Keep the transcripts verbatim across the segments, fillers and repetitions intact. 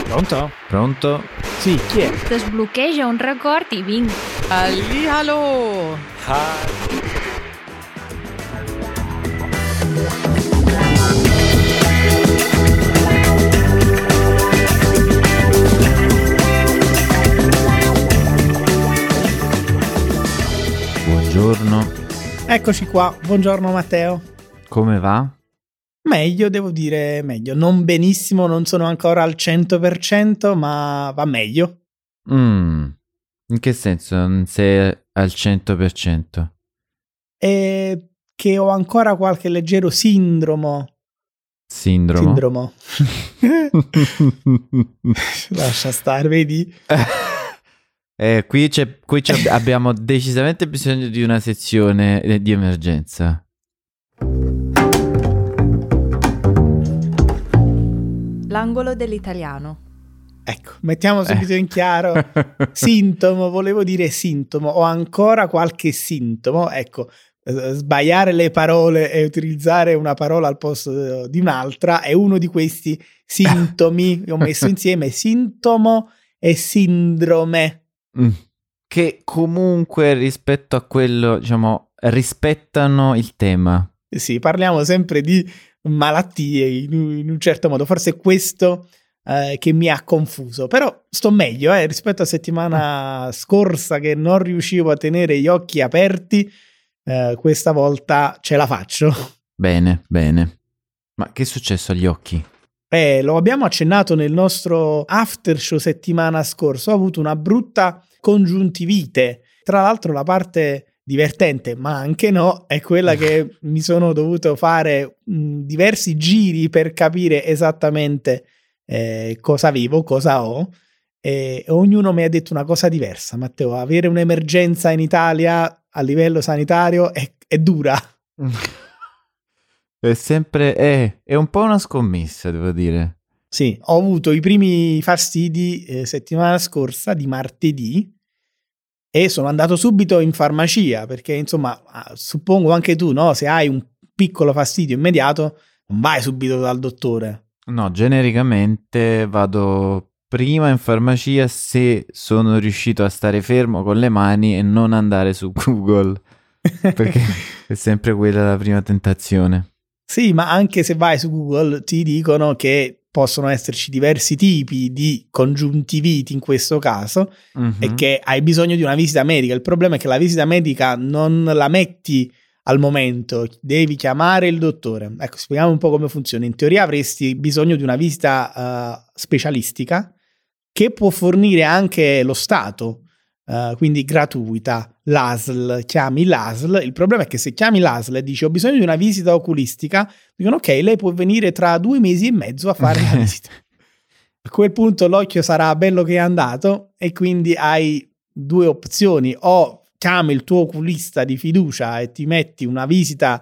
Pronto? Pronto? Sì, chi è? Desbloqueja un record i vinc. Hallihallo! Buongiorno. Eccoci qua, buongiorno Matteo. Come va? Meglio, devo dire meglio. Non benissimo, non sono ancora al cento per cento, ma va meglio. Mm. In che senso non sei al cento per cento? E che ho ancora qualche leggero sindromo. Sindromo? Sindromo. Lascia stare, vedi? Eh, qui c'è, qui c'è, abbiamo decisamente bisogno di una sezione eh, di emergenza. L'angolo dell'italiano. Ecco, mettiamo subito in chiaro. Sintomo, volevo dire sintomo. Ho ancora qualche sintomo. Ecco, eh, sbagliare le parole e utilizzare una parola al posto di un'altra è uno di questi sintomi che ho messo insieme. Sintomo e sindrome. Mm. Che comunque rispetto a quello, diciamo, rispettano il tema. Sì, parliamo sempre di malattie in un, in un certo modo. Forse è questo eh, che mi ha confuso. Però sto meglio eh, rispetto a settimana scorsa che non riuscivo a tenere gli occhi aperti. Eh, questa volta ce la faccio. Bene, bene. Ma che è successo agli occhi? Eh, lo abbiamo accennato nel nostro after show settimana scorsa. Ho avuto una brutta congiuntivite. Tra l'altro la parte divertente, ma anche no, è quella che mi sono dovuto fare mh, diversi giri per capire esattamente eh, cosa avevo, cosa ho. E ognuno mi ha detto una cosa diversa. Matteo, avere un'emergenza in Italia a livello sanitario è, è dura. È sempre, è, è un po' una scommessa, devo dire. Sì, ho avuto i primi fastidi eh, settimana scorsa, di martedì, e sono andato subito in farmacia, perché insomma, suppongo anche tu, no? Se hai un piccolo fastidio immediato, non vai subito dal dottore. No, genericamente vado prima in farmacia se sono riuscito a stare fermo con le mani e non andare su Google, perché è sempre quella la prima tentazione. Sì, ma anche se vai su Google ti dicono che possono esserci diversi tipi di congiuntiviti in questo caso mm-hmm. e che hai bisogno di una visita medica. Il problema è che la visita medica non la metti al momento, devi chiamare il dottore. Ecco, spieghiamo un po' come funziona. In teoria avresti bisogno di una visita uh, specialistica che può fornire anche lo Stato, uh, quindi gratuita. L'A S L, chiami l'A S L. Il problema è che se chiami l'A S L e dici ho bisogno di una visita oculistica, dicono ok, lei può venire tra due mesi e mezzo a fare la visita. A quel punto l'occhio sarà bello che è andato e quindi hai due opzioni: o chiami il tuo oculista di fiducia e ti metti una visita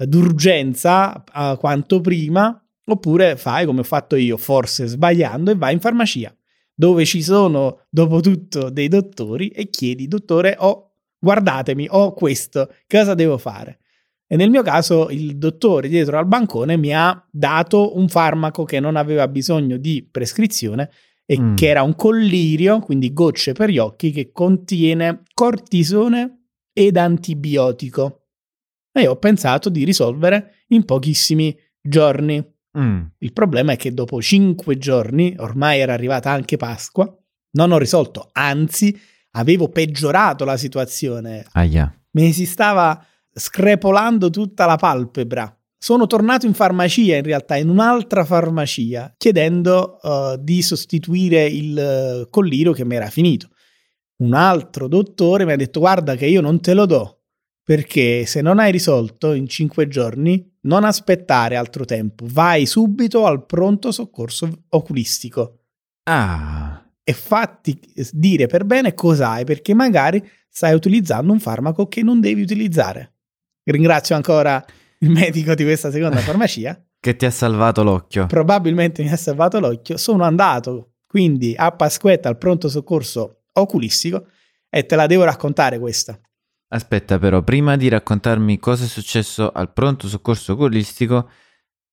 d'urgenza uh, quanto prima, oppure fai come ho fatto io, forse sbagliando, e vai in farmacia dove ci sono dopo tutto dei dottori e chiedi dottore ho guardatemi, ho questo, cosa devo fare? E nel mio caso il dottore dietro al bancone mi ha dato un farmaco che non aveva bisogno di prescrizione e mm. che era un collirio, quindi gocce per gli occhi, che contiene cortisone ed antibiotico. E ho pensato di risolvere in pochissimi giorni. Mm. Il problema è che dopo cinque giorni, ormai era arrivata anche Pasqua, non ho risolto, anzi avevo peggiorato la situazione. Ah, yeah. Mi si stava screpolando tutta la palpebra. Sono tornato in farmacia, in realtà, in un'altra farmacia, chiedendo uh, di sostituire il uh, collirio che mi era finito. Un altro dottore mi ha detto guarda che io non te lo do, perché se non hai risolto in cinque giorni, non aspettare altro tempo, vai subito al pronto soccorso oculistico. Ah... E fatti dire per bene cosa hai, perché magari stai utilizzando un farmaco che non devi utilizzare. Ringrazio ancora il medico di questa seconda farmacia che ti ha salvato l'occhio. Probabilmente mi ha salvato l'occhio. Sono andato quindi a Pasquetta al pronto soccorso oculistico e te la devo raccontare questa. Aspetta però, prima di raccontarmi cosa è successo al pronto soccorso oculistico,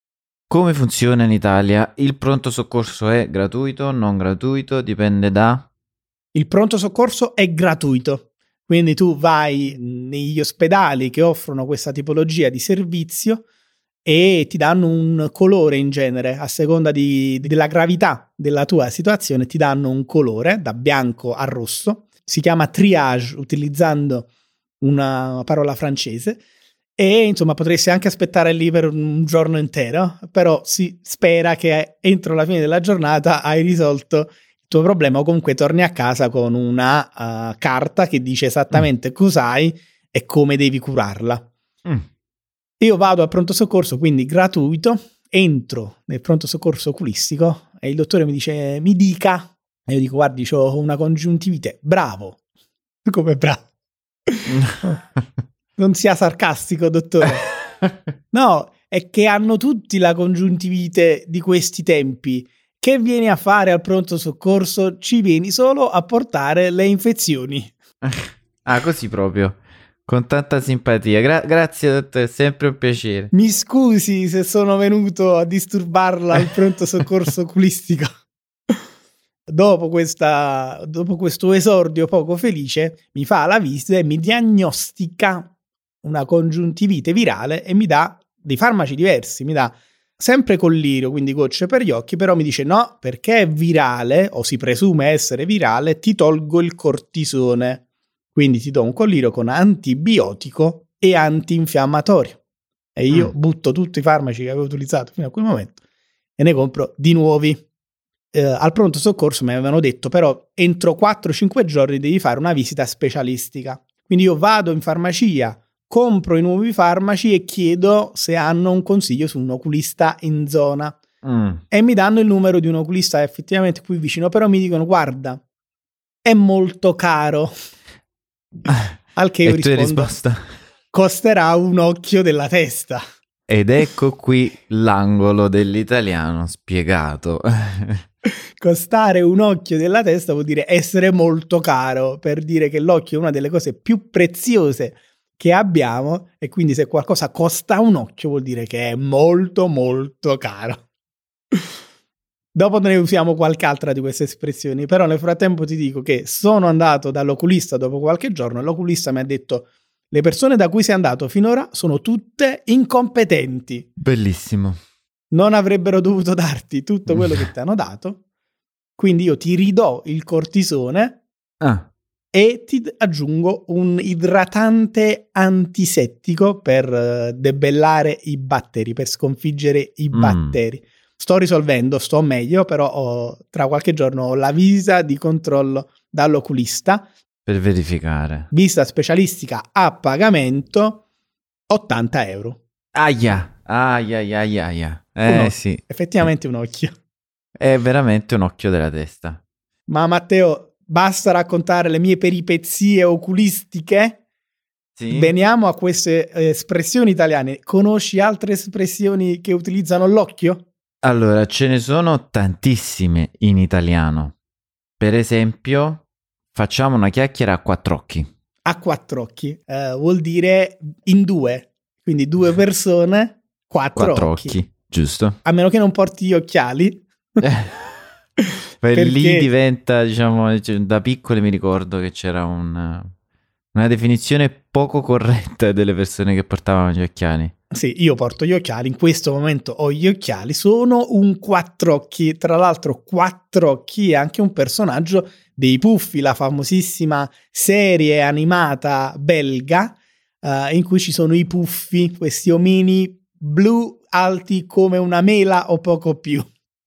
Come funziona in Italia? Il pronto soccorso è gratuito, non gratuito? Dipende da... Il pronto soccorso è gratuito, quindi tu vai negli ospedali che offrono questa tipologia di servizio e ti danno un colore in genere, a seconda di, della gravità della tua situazione, ti danno un colore da bianco a rosso, si chiama triage utilizzando una parola francese, e insomma potresti anche aspettare lì per un giorno intero, però si spera che entro la fine della giornata hai risolto il tuo problema o comunque torni a casa con una uh, carta che dice esattamente mm. cos'hai e come devi curarla. Mm. Io vado al pronto soccorso, quindi gratuito, entro nel pronto soccorso oculistico e il dottore mi dice mi dica, e io dico guardi c'ho una congiuntivite, bravo, come bravo. Non sia sarcastico, dottore. No, è che hanno tutti la congiuntivite di questi tempi. Che vieni a fare al pronto soccorso? Ci vieni solo a portare le infezioni. Ah, così proprio. Con tanta simpatia. Gra- grazie, dottore, è sempre un piacere. Mi scusi se sono venuto a disturbarla al pronto soccorso oculistico. Dopo, questa, dopo questo esordio poco felice, mi fa la visita e mi diagnostica una congiuntivite virale e mi dà dei farmaci diversi, mi dà sempre collirio, quindi gocce per gli occhi, però mi dice no, perché è virale, o si presume essere virale, ti tolgo il cortisone, quindi ti do un collirio con antibiotico e antinfiammatorio. E io mm. butto tutti i farmaci che avevo utilizzato fino a quel momento e ne compro di nuovi. Eh, al pronto soccorso mi avevano detto però entro quattro cinque giorni devi fare una visita specialistica, quindi io vado in farmacia, compro i nuovi farmaci e chiedo se hanno un consiglio su un oculista in zona mm. e mi danno il numero di un oculista effettivamente qui vicino, però mi dicono guarda è molto caro. Al che io rispondo risposta? Costerà un occhio della testa. Ed ecco qui l'angolo dell'italiano spiegato. Costare un occhio della testa vuol dire essere molto caro, per dire che l'occhio è una delle cose più preziose che abbiamo e quindi se qualcosa costa un occhio vuol dire che è molto molto caro. Dopo ne usiamo qualche altra di queste espressioni, però nel frattempo ti dico che sono andato dall'oculista dopo qualche giorno e l'oculista mi ha detto le persone da cui sei andato finora sono tutte incompetenti. Bellissimo. Non avrebbero dovuto darti tutto quello che ti hanno dato, quindi io ti ridò il cortisone ah. e ti aggiungo un idratante antisettico per debellare i batteri, per sconfiggere i mm. batteri. Sto risolvendo, sto meglio, però ho, tra qualche giorno ho la visita di controllo dall'oculista. Per verificare. Visita specialistica a pagamento, ottanta euro. Aia, aia, aia, aia. Eh sì. Effettivamente un occhio. È veramente un occhio della testa. Ma Matteo, basta raccontare le mie peripezie oculistiche? Sì. Veniamo a queste espressioni italiane. Conosci altre espressioni che utilizzano l'occhio? Allora, ce ne sono tantissime in italiano. Per esempio, facciamo una chiacchiera a quattro occhi. A quattro occhi eh, vuol dire in due, quindi due persone, quattro, quattro occhi. occhi. Giusto. A meno che non porti gli occhiali. Perché lì diventa, diciamo, da piccoli mi ricordo che c'era un, una definizione poco corretta delle persone che portavano gli occhiali. Sì, io porto gli occhiali, in questo momento ho gli occhiali, sono un quattrocchi, tra l'altro Quattrocchi è anche un personaggio dei Puffi, la famosissima serie animata belga, uh, in cui ci sono i Puffi, questi omini blu alti come una mela o poco più.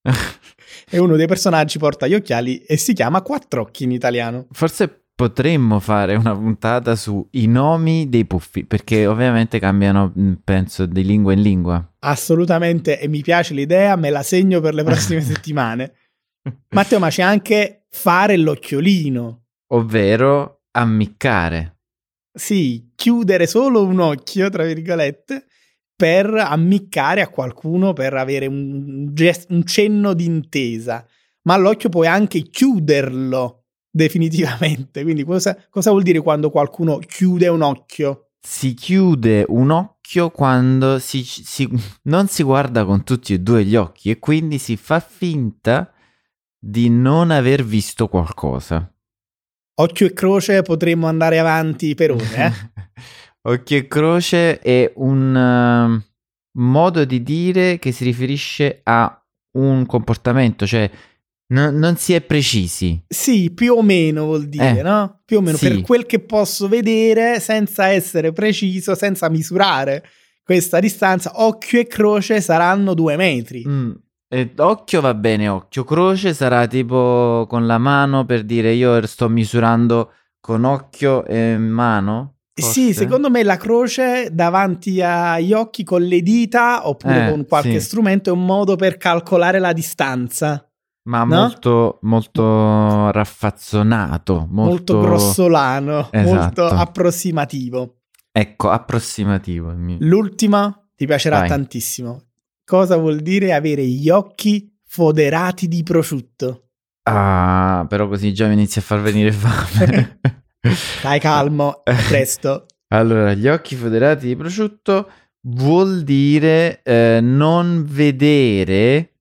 E uno dei personaggi porta gli occhiali e si chiama Quattrocchi in italiano. Forse potremmo fare una puntata sui nomi dei Puffi, perché ovviamente cambiano, penso, di lingua in lingua. Assolutamente, e mi piace l'idea, me la segno per le prossime settimane. Matteo, ma c'è anche fare l'occhiolino. Ovvero ammiccare. Sì, chiudere solo un occhio, tra virgolette, per ammiccare a qualcuno, per avere un, gest- un cenno di intesa. Ma l'occhio puoi anche chiuderlo definitivamente. Quindi cosa, cosa vuol dire quando qualcuno chiude un occhio? si chiude un occhio quando si, si, non si guarda con tutti e due gli occhi e quindi si fa finta di non aver visto qualcosa. Occhio e croce, potremmo andare avanti per ore, eh? Occhio e croce è un uh, modo di dire che si riferisce a un comportamento, cioè no, non si è precisi. Sì, più o meno vuol dire, eh, no? Più o meno, sì. Per quel che posso vedere, senza essere preciso, senza misurare questa distanza, occhio e croce saranno due metri. Mm. E occhio va bene, occhio, croce sarà tipo con la mano, per dire io sto misurando con occhio e mano? Forse? Sì, secondo me la croce davanti agli occhi con le dita oppure eh, con qualche sì. strumento è un modo per calcolare la distanza. Ma no? molto, molto raffazzonato. Molto, molto grossolano, esatto. molto approssimativo. Ecco, approssimativo. L'ultima ti piacerà Vai. tantissimo. Cosa vuol dire avere gli occhi foderati di prosciutto? Ah, però così già mi inizia a far venire fame. Dai, calmo, presto. Allora, gli occhi foderati di prosciutto vuol dire eh, non vedere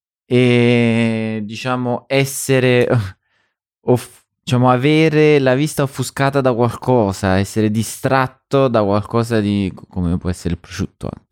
e diciamo essere, off- diciamo avere la vista offuscata da qualcosa, essere distratto da qualcosa di, come può essere il prosciutto anche.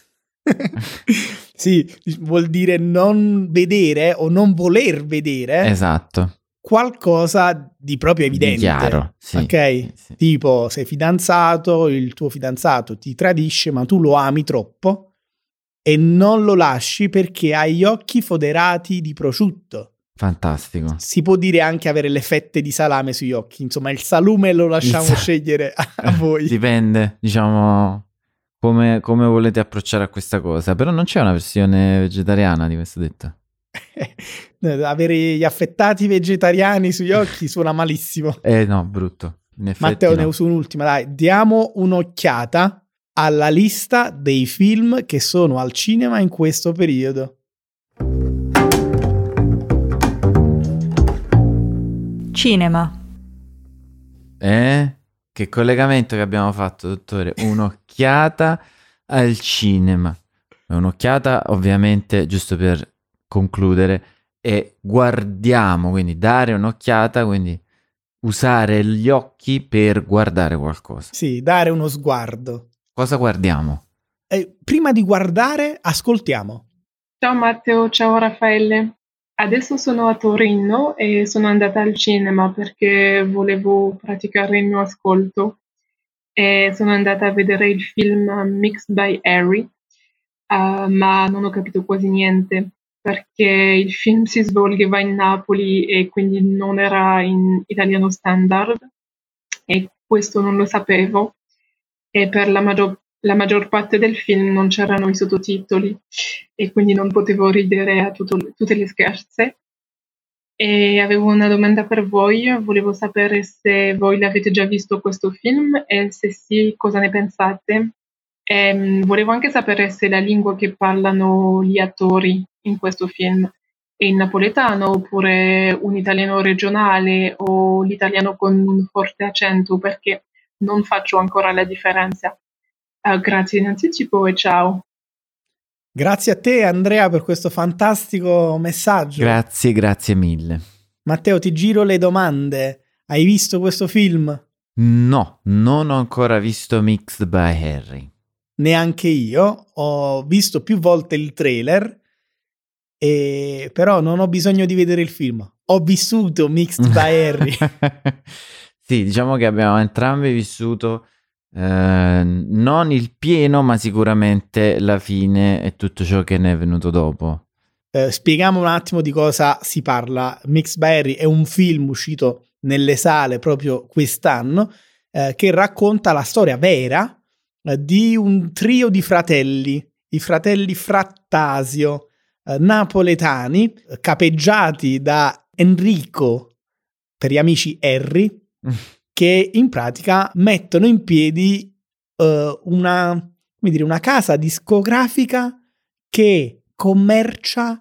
Sì, vuol dire non vedere o non voler vedere Esatto. qualcosa di proprio evidente. Di chiaro, sì, ok? sì, sì. Tipo, sei fidanzato, il tuo fidanzato ti tradisce, ma tu lo ami troppo e non lo lasci perché hai gli occhi foderati di prosciutto. Fantastico. Si può dire anche avere le fette di salame sugli occhi. Insomma, il salume lo lasciamo sa- scegliere a, a voi. Dipende, diciamo, come, come volete approcciare a questa cosa. Però non c'è una versione vegetariana di questo detto. Avere gli affettati vegetariani sugli occhi suona malissimo. Eh no, brutto. In effetti Matteo, no. ne uso un'ultima, dai. Diamo un'occhiata alla lista dei film che sono al cinema in questo periodo. Cinema. Eh? Che collegamento che abbiamo fatto, dottore? Un'occhiata al cinema. Un'occhiata, ovviamente, giusto per concludere, è guardiamo, quindi dare un'occhiata, quindi usare gli occhi per guardare qualcosa. Sì, dare uno sguardo. Cosa guardiamo? Eh, prima di guardare, ascoltiamo. Ciao Matteo, ciao Raffaele. Adesso sono a Torino e sono andata al cinema perché volevo praticare il mio ascolto e sono andata a vedere il film Mixed by Harry, uh, ma non ho capito quasi niente perché il film si svolgeva in Napoli e quindi non era in italiano standard e questo non lo sapevo e per la maggior, la maggior parte del film non c'erano i sottotitoli e quindi non potevo ridere a tutto, tutte le scherze. E avevo una domanda per voi, volevo sapere se voi l'avete già visto questo film e se sì, cosa ne pensate. E, volevo anche sapere se la lingua che parlano gli attori in questo film è il napoletano oppure un italiano regionale o l'italiano con un forte accento, perché non faccio ancora la differenza. Uh, grazie innanzitutto e ciao. Grazie a te, Andrea, per questo fantastico messaggio. Grazie, grazie mille. Matteo, ti giro le domande. Hai visto questo film? No, non ho ancora visto Mixed by Harry. Neanche io. Ho visto più volte il trailer, e... però non ho bisogno di vedere il film. Ho vissuto Mixed by Harry. Sì, diciamo che abbiamo entrambi vissuto eh, non il pieno, ma sicuramente la fine e tutto ciò che ne è venuto dopo. Eh, spieghiamo un attimo di cosa si parla. Mixed by Harry è un film uscito nelle sale proprio quest'anno eh, che racconta la storia vera eh, di un trio di fratelli, i fratelli Frattasio, eh, napoletani, eh, capeggiati da Enrico, per gli amici Harry, che in pratica mettono in piedi uh, una, come dire, una casa discografica che commercia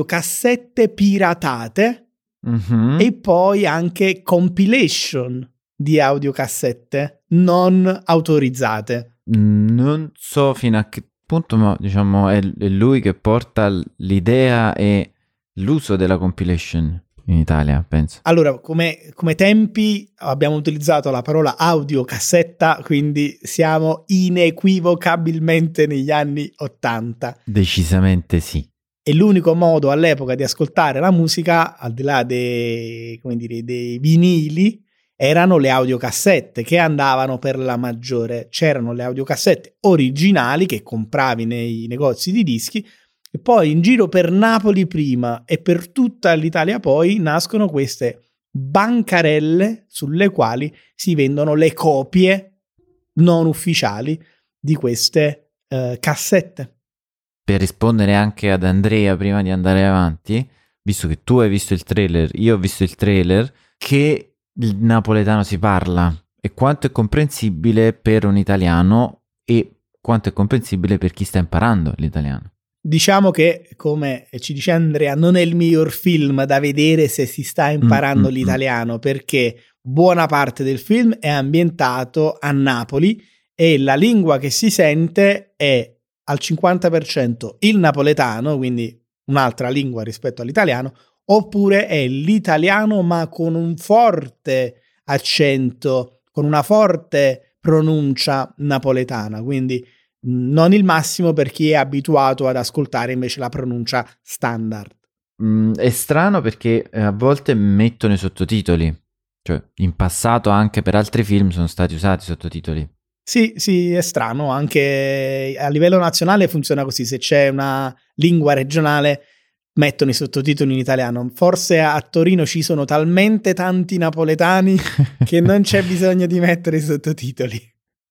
audiocassette piratate Mm-hmm. e poi anche compilation di audiocassette non autorizzate. Non so fino a che punto, ma diciamo è, è lui che porta l'idea e l'uso della compilation in Italia, penso. Allora, come, come tempi abbiamo utilizzato la parola audiocassetta, quindi siamo inequivocabilmente negli anni ottanta. Decisamente sì. E l'unico modo all'epoca di ascoltare la musica, al di là dei, come dire, dei vinili, erano le audiocassette che andavano per la maggiore. C'erano le audiocassette originali che compravi nei negozi di dischi e poi in giro per Napoli prima e per tutta l'Italia poi nascono queste bancarelle sulle quali si vendono le copie non ufficiali di queste eh, cassette. Per rispondere anche ad Andrea prima di andare avanti, visto che tu hai visto il trailer, io ho visto il trailer, che il napoletano si parla e quanto è comprensibile per un italiano e quanto è comprensibile per chi sta imparando l'italiano. Diciamo che, come ci dice Andrea, non è il miglior film da vedere se si sta imparando mm, l'italiano, mm. perché buona parte del film è ambientato a Napoli e la lingua che si sente è al cinquanta per cento il napoletano, quindi un'altra lingua rispetto all'italiano, oppure è l'italiano ma con un forte accento, con una forte pronuncia napoletana, quindi non il massimo per chi è abituato ad ascoltare invece la pronuncia standard. Mm, è strano perché a volte mettono i sottotitoli, cioè in passato anche per altri film sono stati usati i sottotitoli. Sì, sì, è strano, anche a livello nazionale funziona così, se c'è una lingua regionale mettono i sottotitoli in italiano. Forse a Torino ci sono talmente tanti napoletani che non c'è bisogno di mettere i sottotitoli.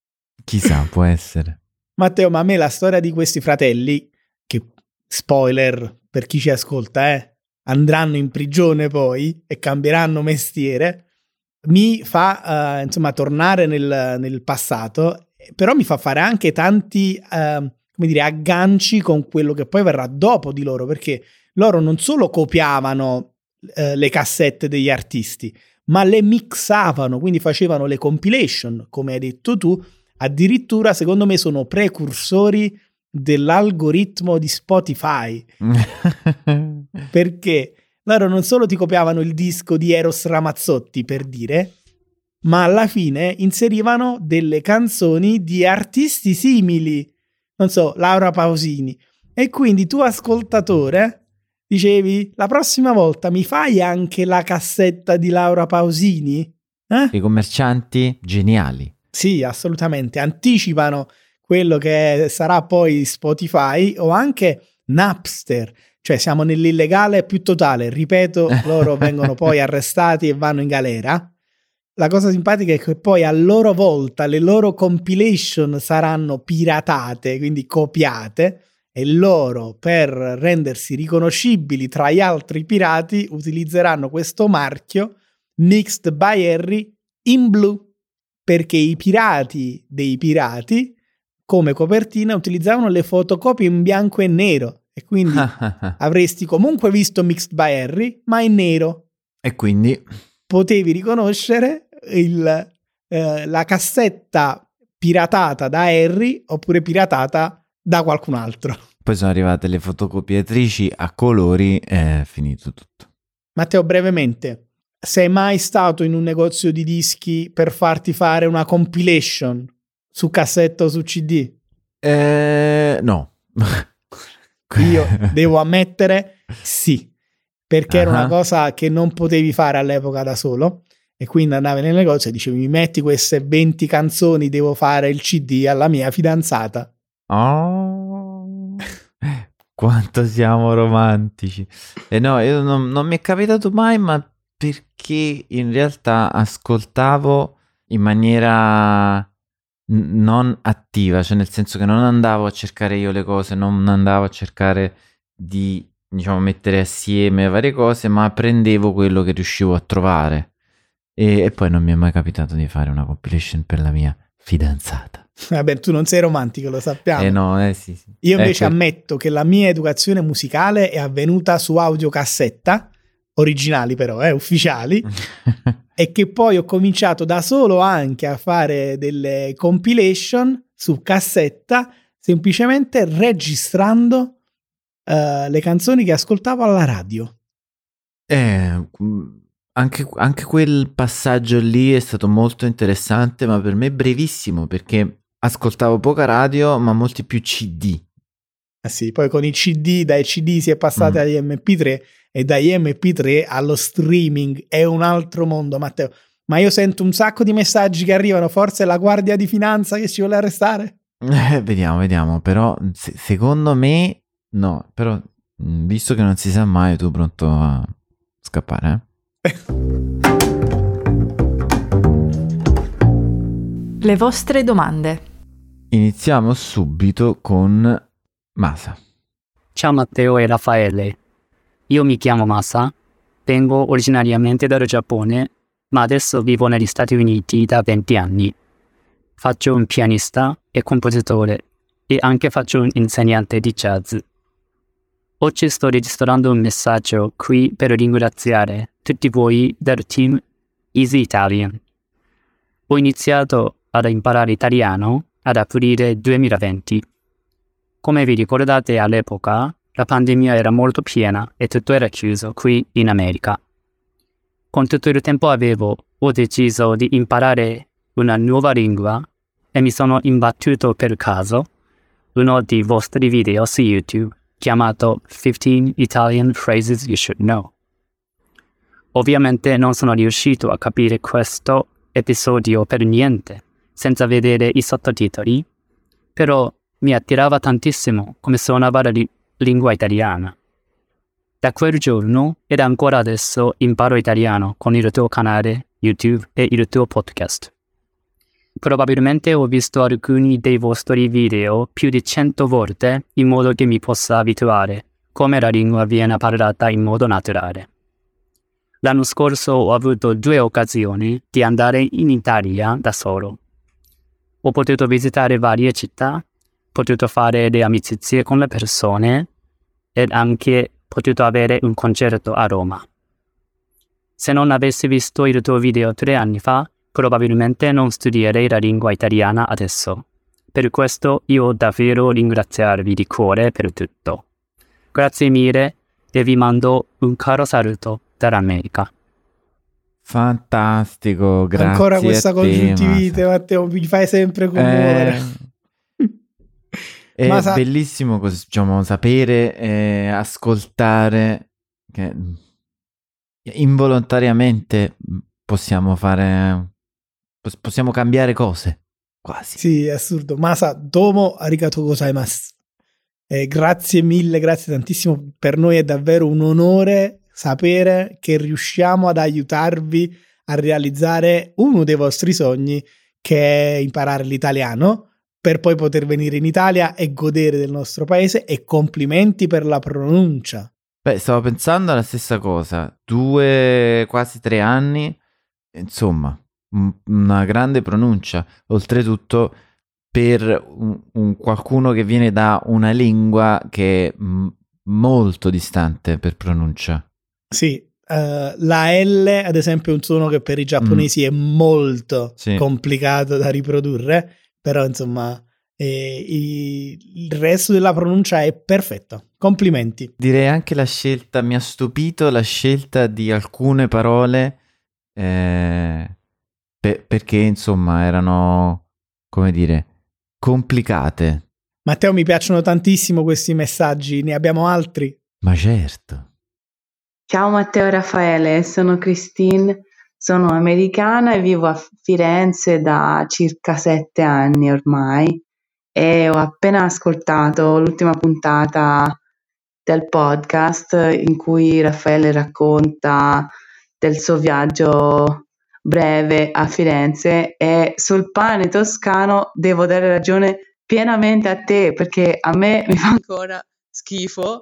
Chissà, può essere. Matteo, ma a me la storia di questi fratelli, che spoiler per chi ci ascolta, eh, andranno in prigione poi e cambieranno mestiere, mi fa uh, insomma tornare nel, nel passato, però mi fa fare anche tanti uh, come dire agganci con quello che poi verrà dopo di loro, perché loro non solo copiavano uh, le cassette degli artisti, ma le mixavano, quindi facevano le compilation, come hai detto tu. Addirittura secondo me sono precursori dell'algoritmo di Spotify perché loro non solo ti copiavano il disco di Eros Ramazzotti, per dire, ma alla fine inserivano delle canzoni di artisti simili, non so, Laura Pausini, e quindi tu ascoltatore dicevi la prossima volta mi fai anche la cassetta di Laura Pausini? Eh? I commercianti geniali. Sì, assolutamente, anticipano quello che sarà poi Spotify o anche Napster, cioè siamo nell'illegale più totale, ripeto, loro vengono poi arrestati e vanno in galera. La cosa simpatica è che poi a loro volta le loro compilation saranno piratate, quindi copiate, e loro per rendersi riconoscibili tra gli altri pirati utilizzeranno questo marchio Mixed by Harry in blu, perché i pirati dei pirati come copertina utilizzavano le fotocopie in bianco e nero e quindi avresti comunque visto Mixed by Harry ma in nero e quindi potevi riconoscere il, eh, la cassetta piratata da Harry oppure piratata da qualcun altro. Poi sono arrivate le fotocopiatrici a colori e è finito tutto. Matteo, brevemente, sei mai stato in un negozio di dischi per farti fare una compilation su cassetta o su C D? Eh, no. Io devo ammettere sì, perché uh-huh. era una cosa che non potevi fare all'epoca da solo e quindi andavi nel negozio e dicevi mi metti queste venti canzoni, devo fare il C D alla mia fidanzata. Oh, quanto siamo romantici. E no, io non, non mi è capitato mai, ma perché in realtà ascoltavo in maniera n- non attiva, cioè nel senso che non andavo a cercare io le cose, non andavo a cercare di, diciamo, mettere assieme varie cose, ma prendevo quello che riuscivo a trovare e, e poi non mi è mai capitato di fare una compilation per la mia fidanzata. Vabbè, tu non sei romantico, lo sappiamo. Eh no, eh sì, sì. Io invece ecco. ammetto che la mia educazione musicale è avvenuta su audiocassetta, originali però, eh, ufficiali, e che poi ho cominciato da solo anche a fare delle compilation su cassetta, semplicemente registrando uh, le canzoni che ascoltavo alla radio. Eh, anche, anche quel passaggio lì è stato molto interessante, ma per me brevissimo, perché ascoltavo poca radio, ma molti più C D. Ah sì, poi con i C D, dai C D si è passati mm. agli M P tre, e dagli M P tre allo streaming. È un altro mondo, Matteo. Ma io sento un sacco di messaggi che arrivano, forse è la Guardia di Finanza che ci vuole arrestare? Eh, vediamo, vediamo, però se, secondo me no, però visto che non si sa mai, tu pronto a scappare, eh? Le vostre domande. Iniziamo subito con Masa. Ciao Matteo e Raffaele. Io mi chiamo Masa, vengo originariamente dal Giappone, ma adesso vivo negli Stati Uniti da venti anni. Faccio un pianista e compositore e anche faccio un insegnante di jazz. Oggi sto registrando un messaggio qui per ringraziare tutti voi del team Easy Italian. Ho iniziato ad imparare italiano ad aprile duemilaventi. Come vi ricordate, all'epoca la pandemia era molto piena e tutto era chiuso qui in America. Con tutto il tempo avevo, ho deciso di imparare una nuova lingua e mi sono imbattuto per caso uno dei vostri video su YouTube chiamato fifteen Italian Phrases You Should Know. Ovviamente non sono riuscito a capire questo episodio per niente, senza vedere i sottotitoli, però mi attirava tantissimo come suonava la li- lingua italiana. Da quel giorno ed ancora adesso imparo italiano con il tuo canale YouTube e il tuo podcast. Probabilmente ho visto alcuni dei vostri video più di cento volte in modo che mi possa abituare come la lingua viene parlata in modo naturale. L'anno scorso ho avuto due occasioni di andare in Italia da solo. Ho potuto visitare varie città, potuto fare le amicizie con le persone ed anche potuto avere un concerto a Roma. Se non avessi visto il tuo video tre anni fa, probabilmente non studierei la lingua italiana adesso. Per questo io davvero ringraziarvi di cuore per tutto. Grazie mille e vi mando un caro saluto dall'America. Fantastico, grazie. Ancora questa a te, congiuntivite, Masa. Matteo, mi fai sempre commuovere. Eh, è Masa... bellissimo così, diciamo, sapere e ascoltare che involontariamente possiamo fare, possiamo cambiare cose, quasi. Sì, è assurdo. Masa, domo arigatou gozaimasu. Eh, grazie mille, grazie tantissimo. Per noi è davvero un onore sapere che riusciamo ad aiutarvi a realizzare uno dei vostri sogni, che è imparare l'italiano, per poi poter venire in Italia e godere del nostro paese. E complimenti per la pronuncia. Beh, stavo pensando alla stessa cosa. Due, quasi tre anni, insomma, un, una grande pronuncia. Oltretutto per un, un qualcuno che viene da una lingua che è m- molto distante per pronuncia. Sì, uh, la L ad esempio è un suono che per i giapponesi mm. è molto sì. complicato da riprodurre, però insomma eh, i, il resto della pronuncia è perfetto. Complimenti. Direi anche la scelta, mi ha stupito la scelta di alcune parole eh, per, perché insomma erano, come dire, complicate. Matteo, mi piacciono tantissimo questi messaggi, ne abbiamo altri? Ma certo. Ciao Matteo e Raffaele, sono Christine, sono americana e vivo a Firenze da circa sette anni ormai e ho appena ascoltato l'ultima puntata del podcast in cui Raffaele racconta del suo viaggio breve a Firenze, e sul pane toscano devo dare ragione pienamente a te, perché a me mi fa ancora schifo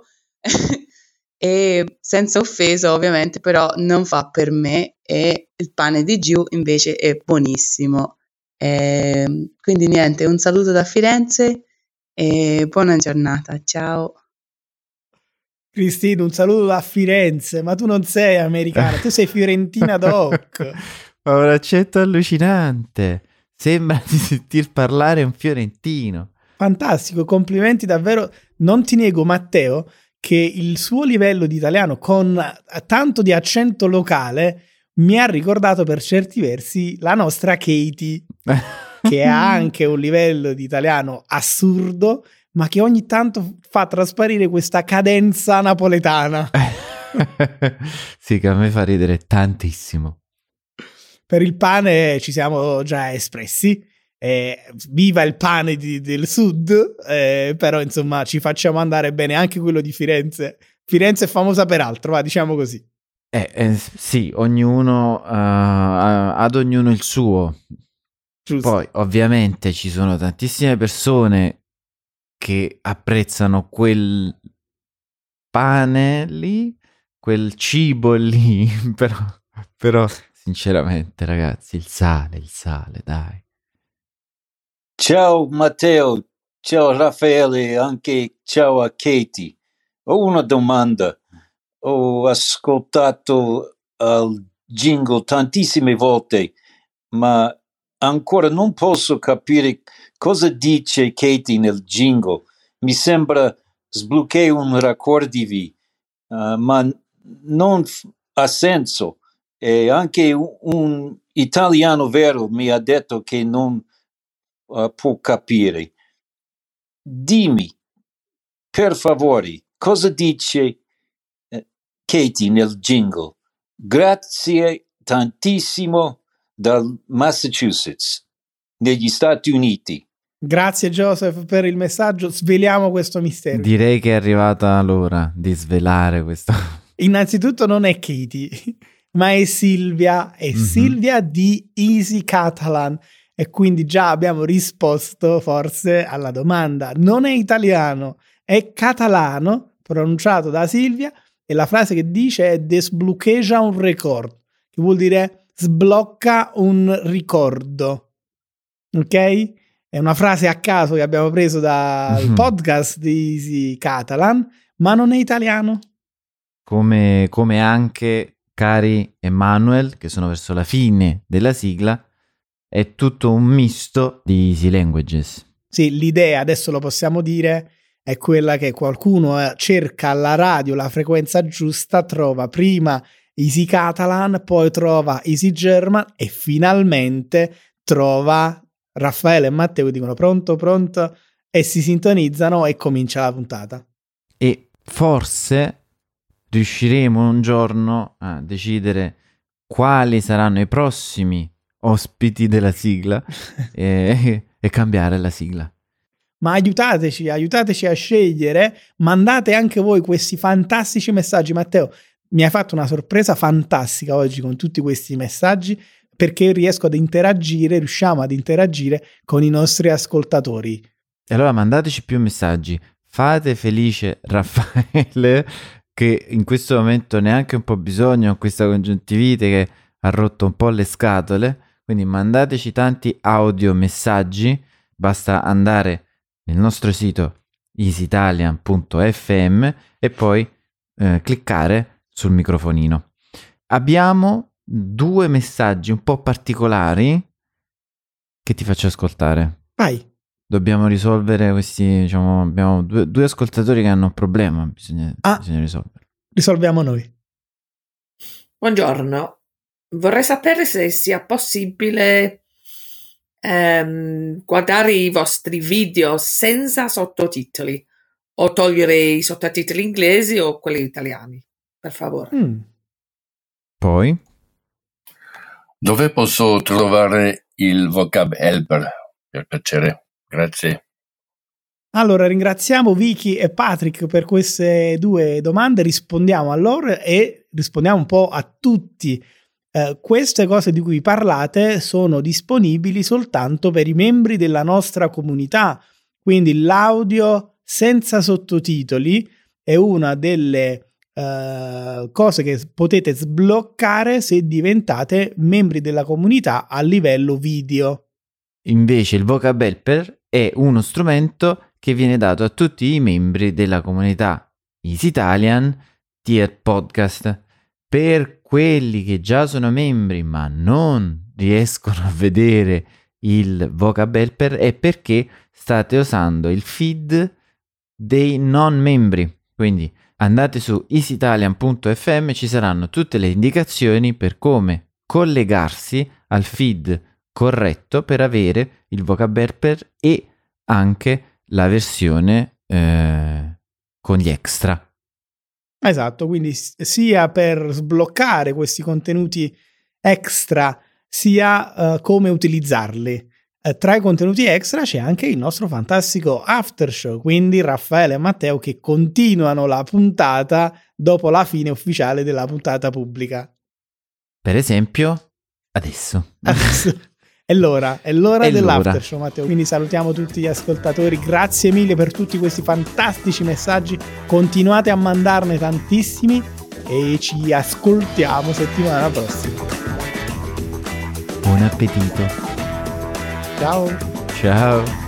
e senza offesa ovviamente, però non fa per me, e il pane di giù invece è buonissimo. E quindi niente, un saluto da Firenze e buona giornata, ciao. Cristina, un saluto da Firenze, ma tu non sei americana, tu sei fiorentina doc. Ha un accento allucinante, sembra di sentir parlare un fiorentino. Fantastico, complimenti davvero. Non ti nego, Matteo, che il suo livello di italiano con tanto di accento locale mi ha ricordato per certi versi la nostra Katie, che ha anche un livello di italiano assurdo, ma che ogni tanto fa trasparire questa cadenza napoletana. Sì, che a me fa ridere tantissimo. Per il pane ci siamo già espressi. Eh, viva il pane di, del sud, eh, però insomma ci facciamo andare bene anche quello di Firenze. Firenze è famosa per altro, va, diciamo così. Eh, eh, sì, ognuno uh, ad ognuno il suo. Giusto. Poi ovviamente ci sono tantissime persone che apprezzano quel pane lì, quel cibo lì, però, però sinceramente ragazzi, il sale, il sale, dai. Ciao Matteo, ciao Raffaele, anche ciao a Katie. Ho una domanda. Ho ascoltato il jingle tantissime volte, ma ancora non posso capire cosa dice Katie nel jingle. Mi sembra sbloccare un raccordivi, uh, ma non f- ha senso. E anche un, un italiano vero mi ha detto che non Uh, può capire. Dimmi, per favore, cosa dice uh, Katie nel jingle? Grazie tantissimo dal Massachusetts, negli Stati Uniti. Grazie Joseph per il messaggio, sveliamo questo mistero. Direi che è arrivata l'ora di svelare questo. Innanzitutto non è Katie, ma è Silvia, è mm-hmm. Silvia di Easy Catalan. E quindi già abbiamo risposto forse alla domanda. Non è italiano, è catalano, pronunciato da Silvia, e la frase che dice è desbloqueja un record, che vuol dire sblocca un ricordo. Ok? È una frase a caso che abbiamo preso dal mm-hmm. podcast di Easy Catalan, ma non è italiano. Come, come anche Cari e Manuel, che sono verso la fine della sigla, è tutto un misto di Easy Languages. Sì, l'idea, adesso lo possiamo dire, è quella che qualcuno cerca alla radio la frequenza giusta, trova prima Easy Catalan, poi trova Easy German e finalmente trova Raffaele e Matteo che dicono pronto, pronto, e si sintonizzano e comincia la puntata. E forse riusciremo un giorno a decidere quali saranno i prossimi ospiti della sigla e, e cambiare la sigla. Ma aiutateci, aiutateci a scegliere, mandate anche voi questi fantastici messaggi. Matteo, mi hai fatto una sorpresa fantastica oggi con tutti questi messaggi, perché riesco ad interagire, riusciamo ad interagire con i nostri ascoltatori. E allora mandateci più messaggi, fate felice Raffaele, che in questo momento neanche un po' bisogno di questa congiuntivite che ha rotto un po' le scatole. Quindi mandateci tanti audio messaggi, basta andare nel nostro sito easy italian punto f m e poi eh, cliccare sul microfonino. Abbiamo due messaggi un po' particolari che ti faccio ascoltare. Vai. Dobbiamo risolvere questi, diciamo, abbiamo due, due ascoltatori che hanno un problema, bisogna, ah, bisogna risolvere. Risolviamo noi. Buongiorno. Vorrei sapere se sia possibile ehm, guardare i vostri video senza sottotitoli o togliere i sottotitoli inglesi o quelli italiani, per favore. Mm. Poi? Dove posso trovare il vocab helper? Per piacere, grazie. Allora ringraziamo Vicky e Patrick per queste due domande, rispondiamo a loro e rispondiamo un po' a tutti. Uh, queste cose di cui parlate sono disponibili soltanto per i membri della nostra comunità, quindi l'audio senza sottotitoli è una delle uh, cose che potete sbloccare se diventate membri della comunità a livello video. Invece il vocab helper è uno strumento che viene dato a tutti i membri della comunità Easy Italian Tier Podcast. Per quelli che già sono membri ma non riescono a vedere il vocab helper è perché state usando il feed dei non membri. Quindi andate su easyitalian punto effe emme, ci saranno tutte le indicazioni per come collegarsi al feed corretto per avere il vocab helper e anche la versione eh, con gli extra. Esatto, quindi sia per sbloccare questi contenuti extra, sia uh, come utilizzarli. Uh, tra i contenuti extra c'è anche il nostro fantastico after show, quindi Raffaele e Matteo che continuano la puntata dopo la fine ufficiale della puntata pubblica. Per esempio, adesso. Adesso. È l'ora, è l'ora è dell'after l'ora. show, Matteo. Quindi salutiamo tutti gli ascoltatori. Grazie mille per tutti questi fantastici messaggi. Continuate a mandarne tantissimi e ci ascoltiamo settimana prossima. Buon appetito. Ciao. Ciao.